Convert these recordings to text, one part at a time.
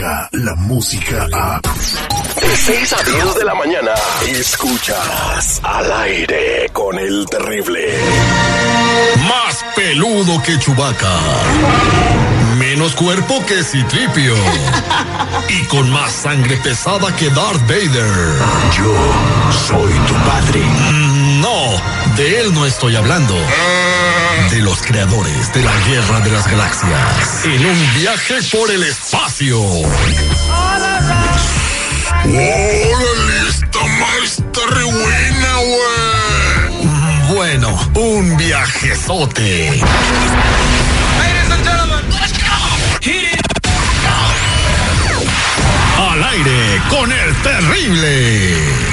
llega la música a... De 6 a 10 de la mañana, escuchas Al Aire con el Terrible. Más peludo que Chewbacca, menos cuerpo que Citripio y con más sangre pesada que Darth Vader. Yo soy tu padre. No, de él no estoy hablando. De los creadores de la Guerra de las Galaxias en un viaje por el espacio. ¡Órale! Esta más está re buena, güey. Bueno, un viajezote. Ladies and gentlemen, let's go. Hit it. Al aire con el Terrible.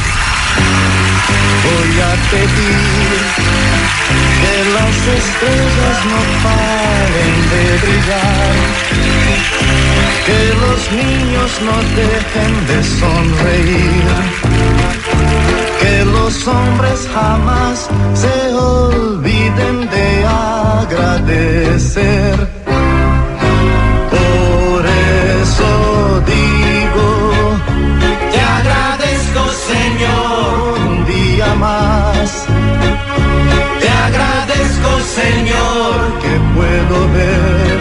Voy a pedir que las estrellas no paren de brillar, que los niños no dejen de sonreír, que los hombres jamás se olviden de agradecer. Por eso digo, te agradezco, Señor, un día más. Te agradezco, Señor, que puedo ver.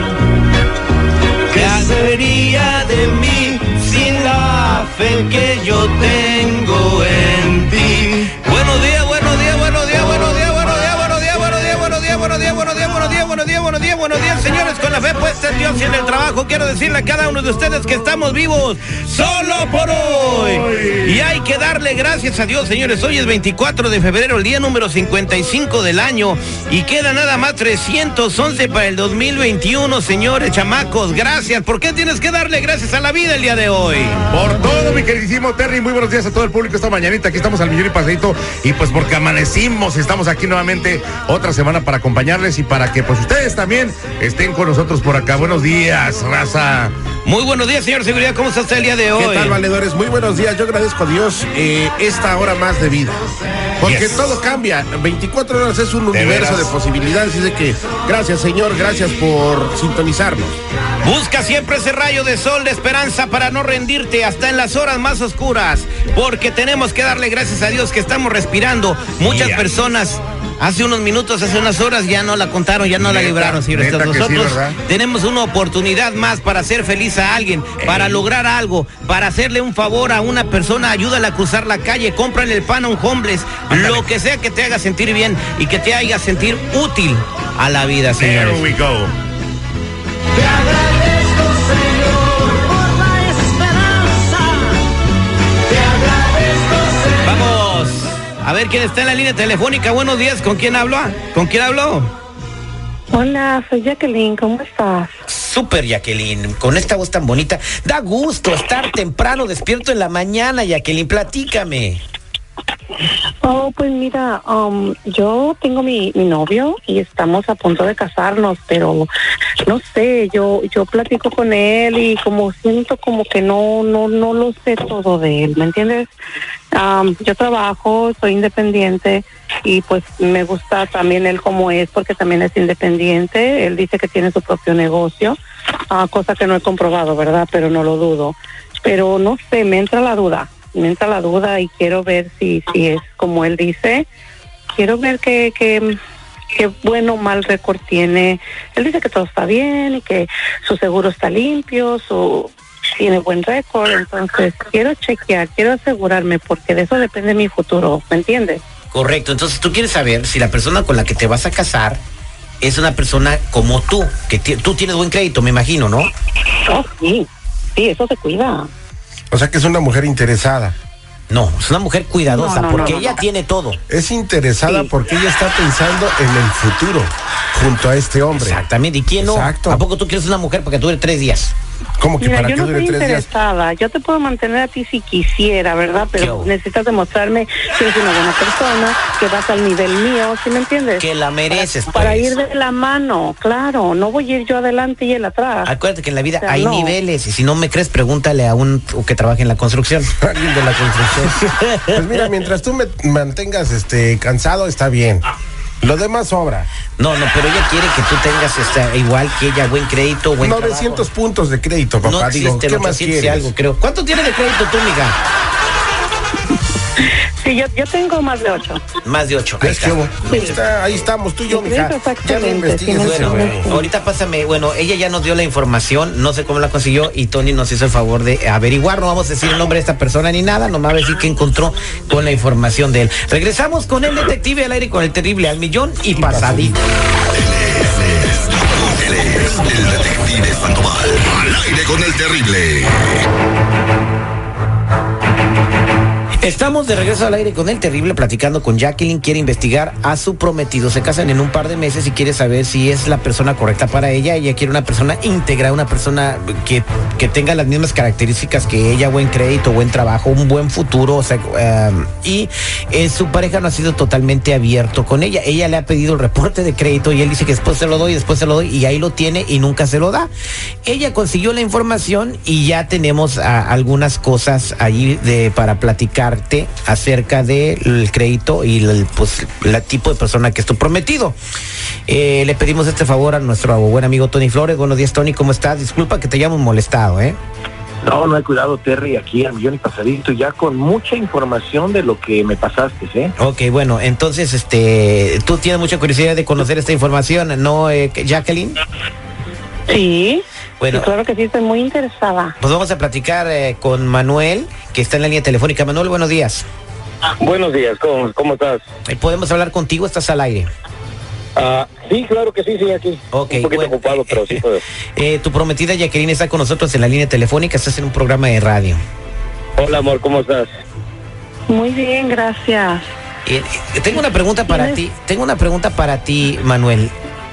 ¿Qué sería de mí sin la fe que yo tengo en ti? Buenos días, buenos días, buenos días, buenos días, buenos días, buenos días, buenos días, buenos días, buenos días, buenos días, buenos días, buenos días, buenos días, buenos días, señores, con la fe puesta en Dios y en el trabajo, quiero decirle a cada uno de ustedes que estamos vivos solo por hoy. Y hay que darle gracias a Dios, señores. Hoy es 24 de febrero, el día número 55 del año, y queda nada más 311 para el 2021, señores, chamacos, gracias. ¿Por qué tienes que darle gracias a la vida el día de hoy? Por todo, mi queridísimo Terry, muy buenos días a todo el público esta mañanita. Aquí estamos al millón y pasadito, y pues porque amanecimos, estamos aquí nuevamente otra semana para acompañarles y para que pues ustedes también estén con nosotros por acá. Buenos días, raza. Muy buenos días, señor Seguridad, ¿cómo está usted el día de hoy? ¿Qué tal, valedores? Muy buenos días, yo agradezco a Dios esta hora más de vida, porque todo cambia, 24 horas es un universo de posibilidades, así de que gracias, Señor, gracias por sintonizarnos. Busca siempre ese rayo de sol de esperanza para no rendirte hasta en las horas más oscuras, porque tenemos que darle gracias a Dios que estamos respirando. Muchas personas hace unos minutos, hace unas horas ya no la contaron, ya no la libraron, señores. Nosotros tenemos una oportunidad más para hacer feliz a alguien, para lograr algo, para hacerle un favor a una persona, ayúdala a cruzar la calle, cómprale el pan a un homeless, lo que sea que te haga sentir bien y que te haga sentir útil a la vida, señores. There we go. Te agradezco, Señor, por la esperanza. Te agradezco, Señor. Vamos a ver quién está en la línea telefónica. Buenos días, ¿con quién habló? ¿Con quién habló? Hola, soy Jacqueline, ¿cómo estás? Súper, Jacqueline, con esta voz tan bonita. Da gusto estar temprano, despierto en la mañana, Jacqueline, platícame. Oh, pues mira, yo tengo mi novio y estamos a punto de casarnos, pero no sé, yo platico con él y como siento como que no lo sé todo de él, ¿me entiendes? Yo trabajo, soy independiente y pues me gusta también él como es, porque también es independiente. Él dice que tiene su propio negocio, cosa que no he comprobado, ¿verdad? Pero no lo dudo. Pero no sé, me entra la duda y quiero ver si es como él dice. Quiero ver qué bueno o mal récord tiene. Él dice que todo está bien y que su seguro está limpio, tiene buen récord. Entonces quiero chequear, quiero asegurarme, porque de eso depende mi futuro, ¿me entiendes? Correcto, entonces tú quieres saber si la persona con la que te vas a casar es una persona como tú, que tú tienes buen crédito, me imagino, ¿no? Oh, sí, eso se cuida. O sea que es una mujer interesada. No, es una mujer cuidadosa, porque ella tiene todo. Es interesada porque ella está pensando en el futuro junto a este hombre. Exactamente, ¿y quién no? Exacto. ¿A poco tú quieres una mujer para que dure 3 días? ¿Cómo que Mira, para yo que no dure estoy 3 días? interesada. Yo te puedo mantener a ti si quisiera, ¿verdad? Pero necesitas demostrarme que eres una buena persona, que vas al nivel mío, ¿sí me entiendes? Que la mereces, para ir de la mano, claro. No voy a ir yo adelante y él atrás. Acuérdate que en la vida hay no. niveles, y si no me crees, pregúntale a un que trabaje en la construcción. Alguien de la construcción. Pues mira, mientras tú me mantengas cansado, está bien. Lo demás sobra. No, pero ella quiere que tú tengas igual que ella, buen crédito, buen 900 trabajo. puntos de crédito, papá. No existe, ¿qué más quieres? Algo, creo. ¿Cuánto tienes de crédito tú, mija? Sí, yo tengo más de 8. Más de 8. Ahí estamos, tú y yo, mija. Ya no Exactamente. investigues eso, güey. Ahorita pásame, ella ya nos dio la información, no sé cómo la consiguió y Tony nos hizo el favor de averiguar, no vamos a decir el nombre de esta persona ni nada, nomás va a decir que encontró con la información de él. Regresamos con el detective al aire con el terrible al millón y pasadito. Él es el detective Sandoval. Al aire con el terrible. Estamos de regreso al aire con el terrible platicando con Jacqueline. Quiere investigar a su prometido. Se casan en un par de meses y quiere saber si es la persona correcta para ella. Ella quiere una persona íntegra, una persona que tenga las mismas características que ella, buen crédito, buen trabajo, un buen futuro. O sea, su pareja no ha sido totalmente abierto con ella. Ella le ha pedido el reporte de crédito y él dice que después se lo doy y ahí lo tiene y nunca se lo da. Ella consiguió la información y ya tenemos algunas cosas allí para platicar acerca del crédito y el tipo de persona que es tu prometido. Le pedimos este favor a nuestro buen amigo Tony Flores. Buenos días, Tony, ¿cómo estás? Disculpa que te hayamos molestado, No hay cuidado, Terry, aquí al millón y pasadito, ya con mucha información de lo que me pasaste, Ok, bueno, entonces, tú tienes mucha curiosidad de conocer esta información, ¿no, Jacqueline? Sí. Bueno, sí, claro que sí, estoy muy interesada. Pues vamos a platicar con Manuel, que está en la línea telefónica. Manuel, buenos días. Buenos días, ¿cómo estás? ¿Podemos hablar contigo? ¿Estás al aire? Sí, claro que sí, aquí. Okay, un poquito ocupado, pero sí puedo. Tu prometida Jacqueline está con nosotros en la línea telefónica, estás en un programa de radio. Hola, amor, ¿cómo estás? Muy bien, gracias. Tengo una pregunta para ti, Manuel.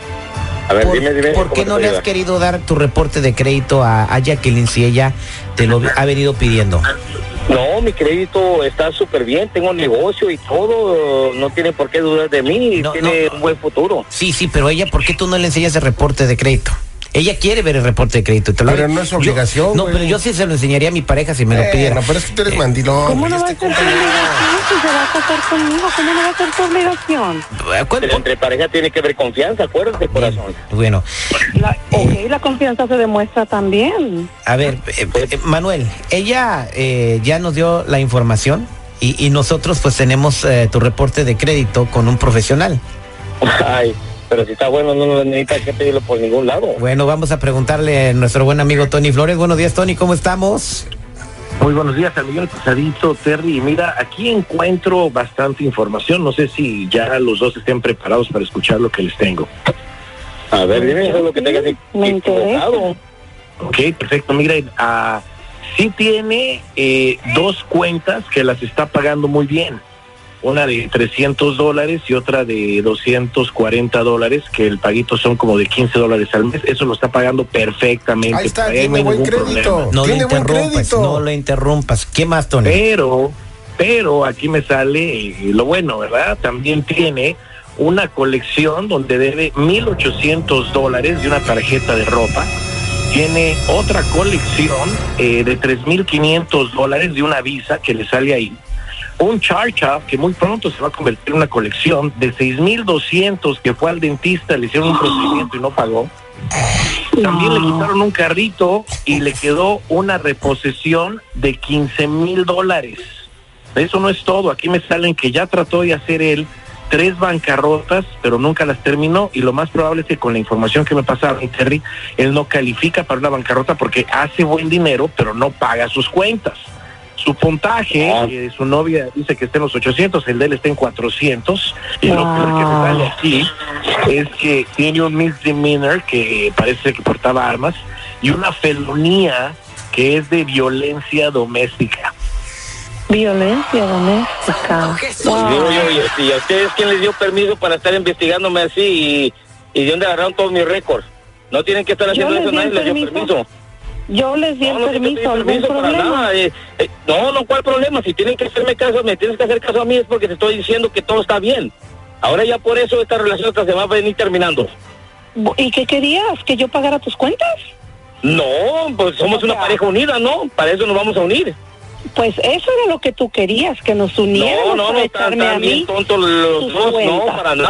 A ver, dime. ¿Por qué no le has querido dar tu reporte de crédito a Jacqueline si ella te lo ha venido pidiendo? No, mi crédito está súper bien, tengo negocio y todo, no tiene por qué dudar de mí, tiene un buen futuro. Sí, pero ella, ¿por qué tú no le enseñas el reporte de crédito? Ella quiere ver el reporte de crédito. Pero no es obligación. Pero yo sí se lo enseñaría a mi pareja si me lo pidiera. No, pero es que tú eres mandilón. ¿Cómo no va a ser tu obligación si se va a casar conmigo? ¿Cómo no va a ser tu obligación? Pero entre pareja tiene que haber confianza, acuérdate, corazón. Bueno. La confianza se demuestra también. A ver, Manuel, ella ya nos dio la información y nosotros pues tenemos tu reporte de crédito con un profesional. Ay, pero si está bueno, no necesita que pedirlo por ningún lado. Bueno, vamos a preguntarle a nuestro buen amigo Tony Flores. Buenos días, Tony, ¿cómo estamos? Muy buenos días, al millón pasadito, Terry. Mira, aquí encuentro bastante información. No sé si ya los dos estén preparados para escuchar lo que les tengo. A ver, dime eso es lo que tengas equivocado. Ok, perfecto. Mira, sí tiene 2 cuentas que las está pagando muy bien. Una de $300 y otra de $240, que el paguito son como de $15 al mes. Eso lo está pagando perfectamente. Ahí está, tiene buen crédito. No lo interrumpas. ¿Qué más, Tony? Pero aquí me sale lo bueno, ¿verdad? También tiene una colección donde debe $1,800 de una tarjeta de ropa. Tiene otra colección de $3,500 de una visa que le sale ahí. Un charge-off que muy pronto se va a convertir en una colección de $6,200 que fue al dentista, le hicieron un procedimiento y no pagó. También le quitaron un carrito y le quedó una reposesión de $15,000. Eso no es todo. Aquí me salen que ya trató de hacer él 3 bancarrotas, pero nunca las terminó, y lo más probable es que con la información que me pasaron, Terry, él no califica para una bancarrota porque hace buen dinero, pero no paga sus cuentas. Su puntaje, su novia dice que está en los 800, el de él está en 400, y lo peor que me sale aquí es que tiene un misdemeanor que parece que portaba armas y una felonía que es de violencia doméstica. Violencia doméstica. ¿Y a ustedes quién les dio permiso para estar investigándome así y de dónde agarraron todos mis récords? No tienen que estar haciendo eso, nadie les dio permiso. Yo les di el permiso, ¿algún problema? No, ¿cuál problema? Si tienen que hacerme caso, me tienes que hacer caso a mí, es porque te estoy diciendo que todo está bien. Ahora ya por eso esta relación hasta se va a venir terminando. ¿Y qué querías? ¿Que yo pagara tus cuentas? No, pues somos una pareja unida, ¿no? Para eso nos vamos a unir. Pues eso era lo que tú querías, que nos uniéramos. No, están bien tontos los dos, no, para nada.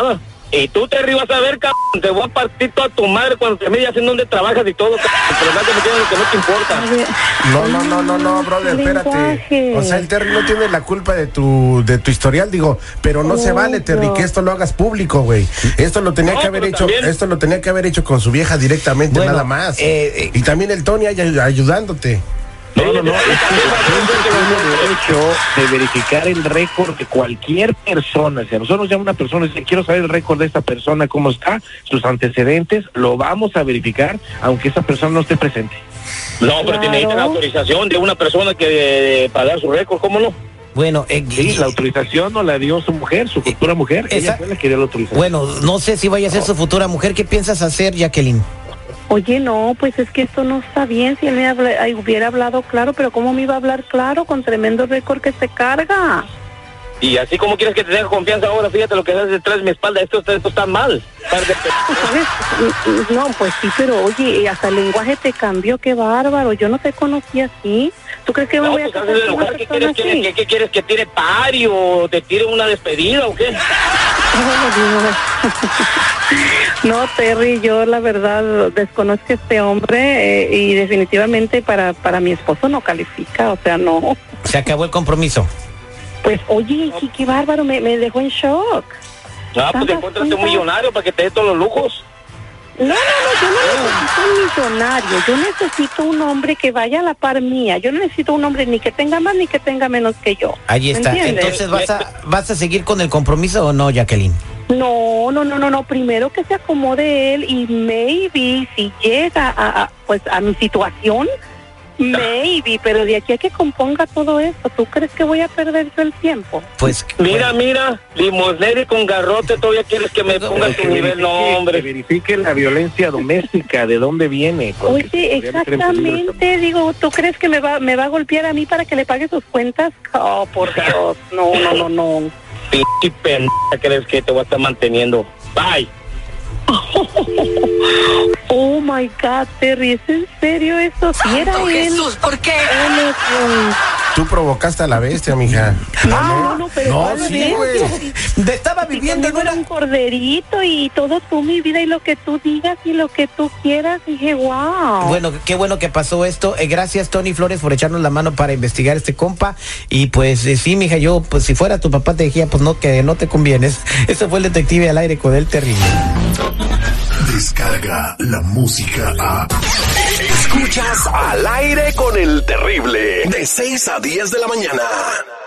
Y tú te vas a ver, cabrón, te voy a partir toda tu madre cuando te me digas en dónde trabajas y todo, cabrón. Pero más que me tienes lo que no te importa. No, brother, espérate. O sea, el Terry no tiene la culpa de tu historial, digo, pero no se vale, Terry, que esto lo hagas público, güey. Esto lo tenía que haber hecho, esto lo tenía que haber hecho con su vieja directamente, nada más. Y también el Tony ayudándote. No, es que tiene derecho de verificar el récord de cualquier persona. Si a nosotros llama una persona y dice, quiero saber el récord de esta persona, cómo está, sus antecedentes, lo vamos a verificar, aunque esa persona no esté presente. No, pero tiene la autorización de una persona que pagar su récord, ¿cómo no? Bueno, sí, la autorización no la dio su mujer, su futura mujer. Ella fue la que dio la autorización. Bueno, no sé si vaya a ser su futura mujer. ¿Qué piensas hacer, Jacqueline? Oye, no, pues es que esto no está bien. Si él me hubiera hablado claro, pero ¿cómo me iba a hablar claro con tremendo récord que se carga? Y así como quieres que te tenga confianza ahora, fíjate lo que haces detrás de mi espalda, esto está mal. ¿Sabes? No, pues sí, pero oye, hasta el lenguaje te cambió, qué bárbaro, yo no te conocí así. ¿Tú crees que me voy a casar con una persona así? ¿Qué quieres, que tire pari o te tire una despedida o qué? No, Terry, yo la verdad desconozco a este hombre y definitivamente para mi esposo no califica, o sea, no. Se acabó el compromiso. Pues, oye, sí, qué bárbaro, me dejó en shock. Pues encuéntrate un millonario para que te dé todos los lujos. No, yo no necesito un millonario, yo necesito un hombre que vaya a la par mía, yo no necesito un hombre ni que tenga más ni que tenga menos que yo. Ahí está, entonces ¿vas a seguir con el compromiso o no, Jacqueline? No, primero que se acomode él y maybe si llega a mi situación, maybe, pero de aquí a que componga todo esto, ¿tú crees que voy a perder yo el tiempo? Pues mira, limosnero y con garrote, todavía quieres que me ponga tu nivel, no, hombre. Verifique la violencia doméstica, de dónde viene. Oye, exactamente, digo, ¿tú crees que me va a golpear a mí para que le pague sus cuentas? Oh, por Dios, no. Pinche pendeja, crees que te voy a estar manteniendo. Bye. Oh my God, Terry, ¿es en serio eso? Si era él. Jesús, ¿por qué? Tú provocaste a la bestia, mija. No, pero sí, güey. Estaba viviendo en un corderito y todo tú, mi vida, y lo que tú digas y lo que tú quieras. Dije, wow. Bueno, qué bueno que pasó esto. Gracias, Tony Flores, por echarnos la mano para investigar este compa. Y pues sí, mija, yo, pues si fuera tu papá te dijera, pues no, que no te convienes. Eso fue el detective al aire con el terrible. Descarga la música a... Escuchas Al Aire con el Terrible, de 6 a 10 de la mañana.